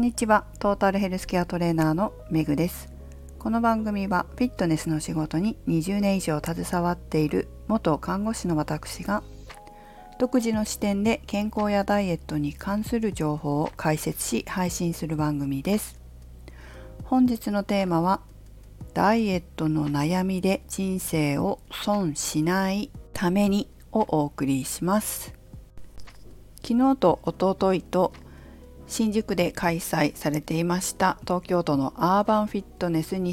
にちは。トータルヘルスケアトレーナーのめぐです。この番組はフィットネスの仕事に20年以上携わっている元看護師の私が独自の視点で健康やダイエットに関する情報を解説し配信する番組です。本日のテーマはダイエットの悩みで人生を損しないためにをお送りします。昨日と一昨日と新宿で開催されていました東京都のアーバンフィットネス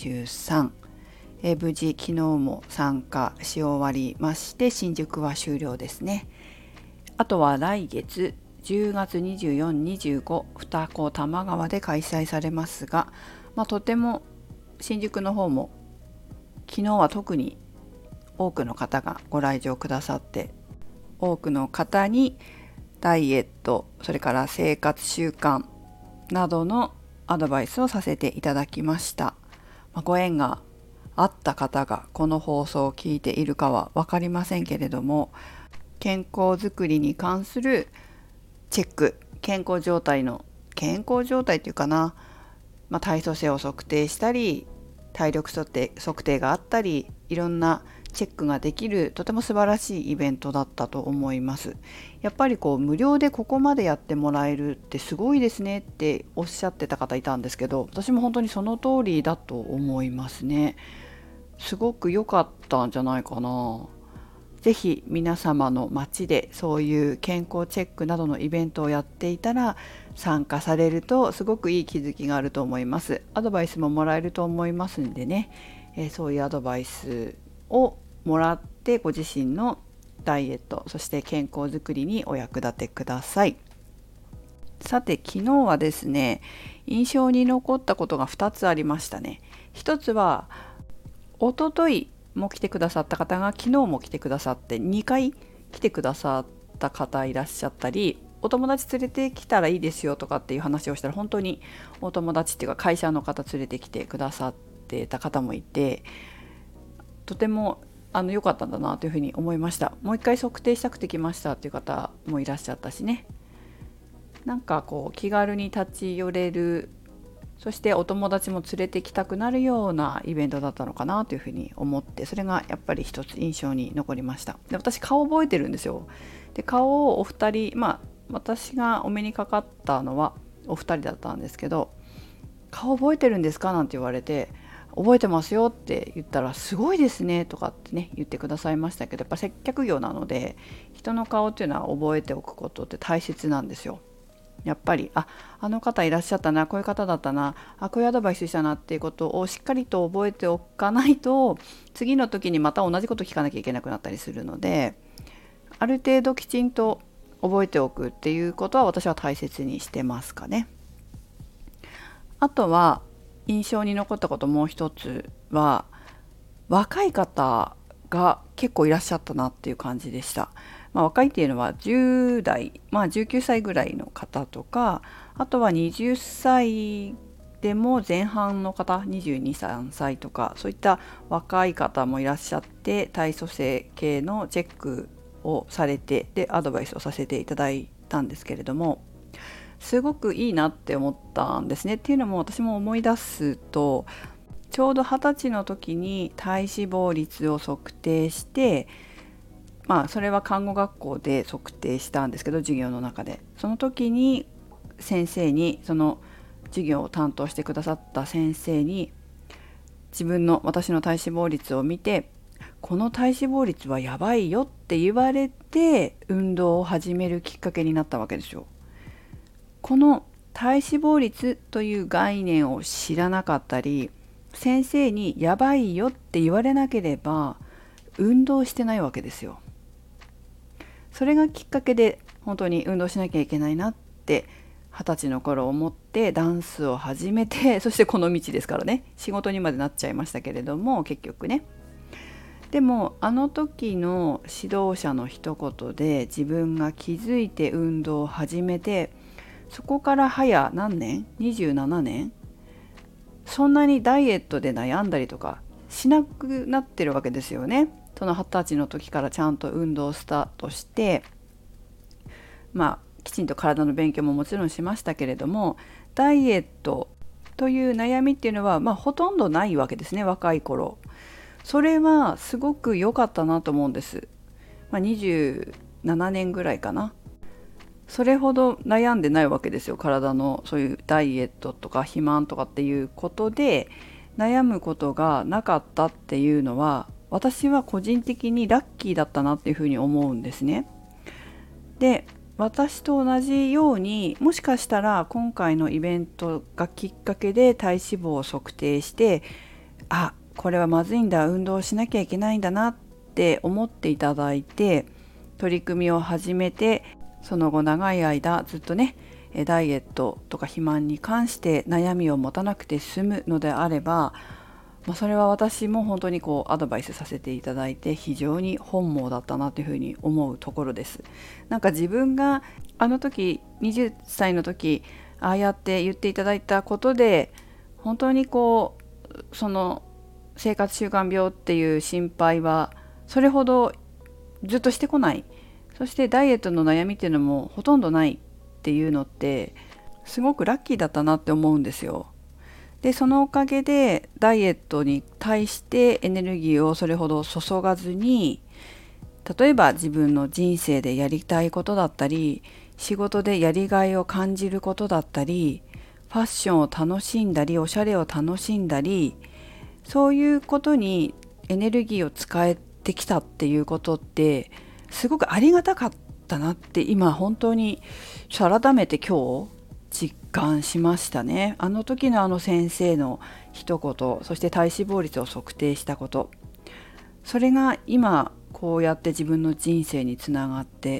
2023、無事昨日も参加し終わりまして新宿は終了ですね。あとは来月10月24、25二子玉川で開催されますが、とても新宿の方も昨日は特に多くの方がご来場くださって、多くの方にダイエット、それから生活習慣などのアドバイスをさせていただきました。ご縁があった方がこの放送を聞いているかは分かりませんけれども、健康づくりに関するチェック、健康状態っていうかな、体組成を測定したり、体力測定があったり、いろんなチェックができるとても素晴らしいイベントだったと思います。やっぱり無料でここまでやってもらえるってすごいですねっておっしゃってた方いたんですけど、私も本当にその通りだと思いますね。すごく良かったんじゃないかな。ぜひ皆様の街でそういう健康チェックなどのイベントをやっていたら参加されるとすごくいい気づきがあると思います。アドバイスももらえると思いますんでね、そういうアドバイスをもらってご自身のダイエット、そして健康づくりにお役立てください。さて、昨日はですね、印象に残ったことが2つありましたね。一つは一昨日も来てくださった方が昨日も来てくださって2回来てくださった方いらっしゃったり、お友達連れてきたらいいですよとかっていう話をしたら、本当にお友達っていうか会社の方連れてきてくださってた方もいて、とても良かったんだなというふうに思いました。もう一回測定したくて来ましたっていう方もいらっしゃったしね、気軽に立ち寄れる、そしてお友達も連れてきたくなるようなイベントだったのかなというふうに思って、それがやっぱり一つ印象に残りました。で、私顔覚えてるんですよ。で、顔をお二人、私がお目にかかったのはお二人だったんですけど、顔覚えてるんですかなんて言われて、覚えてますよって言ったら、すごいですねとかってね言ってくださいましたけど、やっぱ接客業なので人の顔っていうのは覚えておくことって大切なんですよ。やっぱりあの方いらっしゃったな、こういう方だったな、こういうアドバイスしたなっていうことをしっかりと覚えておかないと、次の時にまた同じこと聞かなきゃいけなくなったりするので、ある程度きちんと覚えておくっていうことは私は大切にしてますかね。あとは印象に残ったこともう一つは、若い方が結構いらっしゃったなっていう感じでした。若いっていうのは10代、19歳ぐらいの方とか、あとは20歳でも前半の方、22、3歳とか、そういった若い方もいらっしゃって、体組成系のチェックをされて、でアドバイスをさせていただいたんですけれども、すごくいいなって思ったんですね。っていうのも、私も思い出すと、ちょうど20歳の時に体脂肪率を測定して、それは看護学校で測定したんですけど、授業の中でその時に先生に、その授業を担当してくださった先生に私の体脂肪率を見て、この体脂肪率はやばいよって言われて運動を始めるきっかけになったわけですよ。この体脂肪率という概念を知らなかったり、先生にやばいよって言われなければ運動してないわけですよ。それがきっかけで本当に運動しなきゃいけないなって20歳の頃思ってダンスを始めて、そしてこの道ですからね、仕事にまでなっちゃいましたけれども、結局ね。でもあの時の指導者の一言で自分が気づいて運動を始めて、そこから早何年、27年、そんなにダイエットで悩んだりとかしなくなってるわけですよね。その20歳の時からちゃんと運動をスタートして、きちんと体の勉強ももちろんしましたけれども、 ダイエットという悩みっていうのは、ほとんどないわけですね、若い頃。それはすごく良かったなと思うんです。27年ぐらいかな。それほど悩んでないわけですよ。体のそういうダイエットとか肥満とかっていうことで悩むことがなかったっていうのは、私は個人的にラッキーだったなっていうふうに思うんですね。で、私と同じように、もしかしたら今回のイベントがきっかけで体脂肪を測定して、これはまずいんだ、運動しなきゃいけないんだなって思っていただいて、取り組みを始めて、その後長い間ずっとね、ダイエットとか肥満に関して悩みを持たなくて済むのであれば、それは私も本当にアドバイスさせていただいて、非常に本望だったなというふうに思うところです。なんか自分があの時20歳の時ああやって言っていただいたことで、本当にその生活習慣病っていう心配はそれほどずっとしてこない。そしてダイエットの悩みっていうのもほとんどないっていうのって、すごくラッキーだったなって思うんですよ。で、そのおかげでダイエットに対してエネルギーをそれほど注がずに、例えば自分の人生でやりたいことだったり、仕事でやりがいを感じることだったり、ファッションを楽しんだり、おしゃれを楽しんだり、そういうことにエネルギーを使えてきたっていうことって、すごくありがたかったなって今本当に改めて今日実感しましたね。あの時のあの先生の一言、そして体脂肪率を測定したこと、それが今こうやって自分の人生につながって、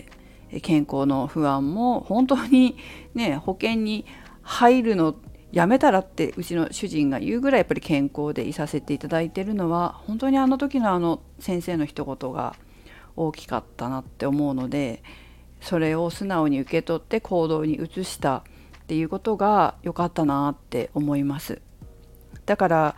健康の不安も本当にね、保険に入るのやめたらってうちの主人が言うぐらいやっぱり健康でいさせていただいているのは、本当にあの時のあの先生の一言が大きかったなって思うので、それを素直に受け取って行動に移したっていうことが良かったなって思います。だから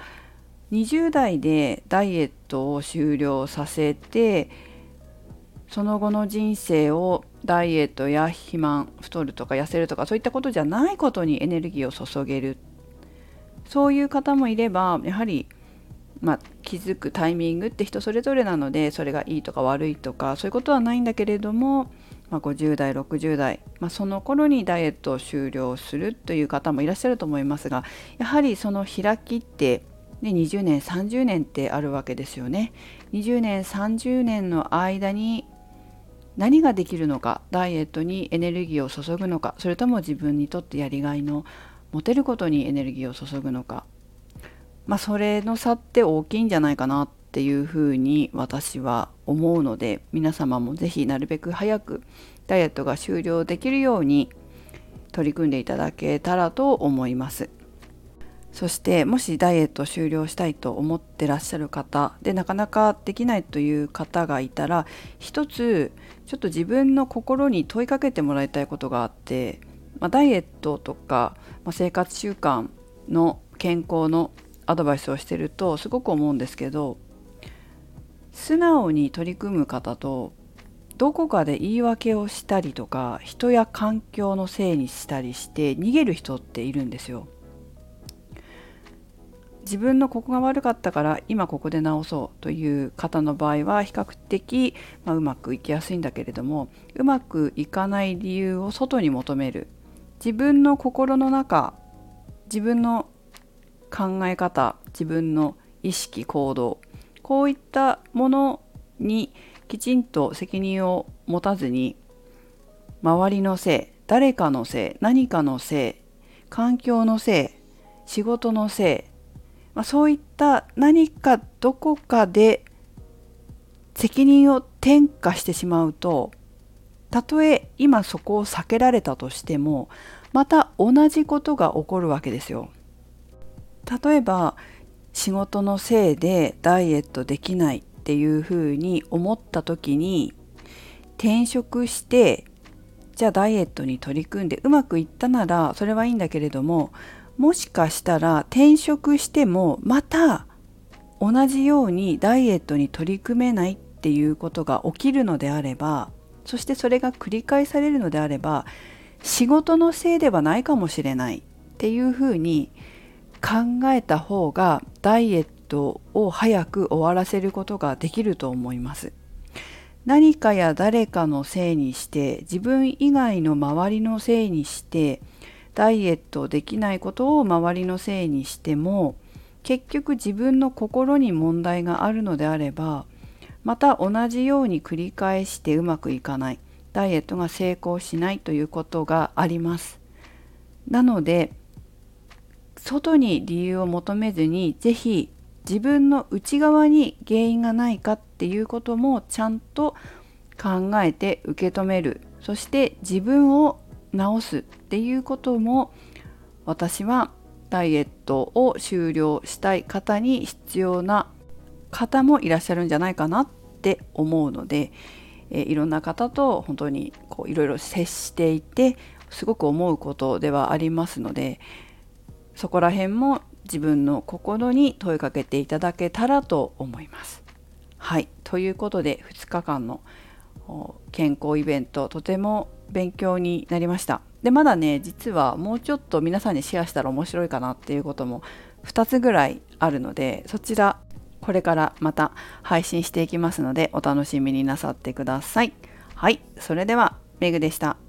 20代でダイエットを終了させて、その後の人生をダイエットや肥満、太るとか痩せるとかそういったことじゃないことにエネルギーを注げる、そういう方もいれば、やはり気づくタイミングって人それぞれなので、それがいいとか悪いとかそういうことはないんだけれども、50代60代、その頃にダイエットを終了するという方もいらっしゃると思いますが、やはりその開きって20年30年ってあるわけですよね。20年30年の間に何ができるのか、ダイエットにエネルギーを注ぐのか、それとも自分にとってやりがいの持てることにエネルギーを注ぐのか、それの差って大きいんじゃないかなっていうふうに私は思うので、皆様もぜひなるべく早くダイエットが終了できるように取り組んでいただけたらと思います。そしてもしダイエットを終了したいと思ってらっしゃる方で、なかなかできないという方がいたら、一つちょっと自分の心に問いかけてもらいたいことがあって、ダイエットとか、生活習慣の健康のアドバイスをしてるとすごく思うんですけど、素直に取り組む方とどこかで言い訳をしたりとか、人や環境のせいにしたりして逃げる人っているんですよ。自分のここが悪かったから今ここで直そうという方の場合は比較的、うまくいきやすいんだけれども、うまくいかない理由を外に求める、自分の心の中、自分の考え方、自分の意識行動、こういったものにきちんと責任を持たずに、周りのせい、誰かのせい、何かのせい、環境のせい、仕事のせい、そういった何かどこかで責任を転嫁してしまうと、たとえ今そこを避けられたとしても、また同じことが起こるわけですよ。例えば仕事のせいでダイエットできないっていうふうに思った時に、転職してじゃあダイエットに取り組んでうまくいったならそれはいいんだけれども、もしかしたら転職してもまた同じようにダイエットに取り組めないっていうことが起きるのであれば、そしてそれが繰り返されるのであれば、仕事のせいではないかもしれない。 っていうふうに考えた方がダイエットを早く終わらせることができると思います。何かや誰かのせいにして、自分以外の周りのせいにして、ダイエットできないことを周りのせいにしても、結局自分の心に問題があるのであれば、また同じように繰り返してうまくいかない、ダイエットが成功しないということがあります。なので、外に理由を求めずに、ぜひ自分の内側に原因がないかっていうこともちゃんと考えて受け止める。そして自分を治すっていうことも、私はダイエットを終了したい方に必要な方もいらっしゃるんじゃないかなって思うので、いろんな方と本当にいろいろ接していてすごく思うことではありますので、そこら辺も自分の心に問いかけていただけたらと思います。はい、ということで2日間の健康イベント、とても勉強になりました。で、まだね、実はもうちょっと皆さんにシェアしたら面白いかなっていうことも2つぐらいあるので、そちらこれからまた配信していきますので、お楽しみになさってください。はい、それではメグでした。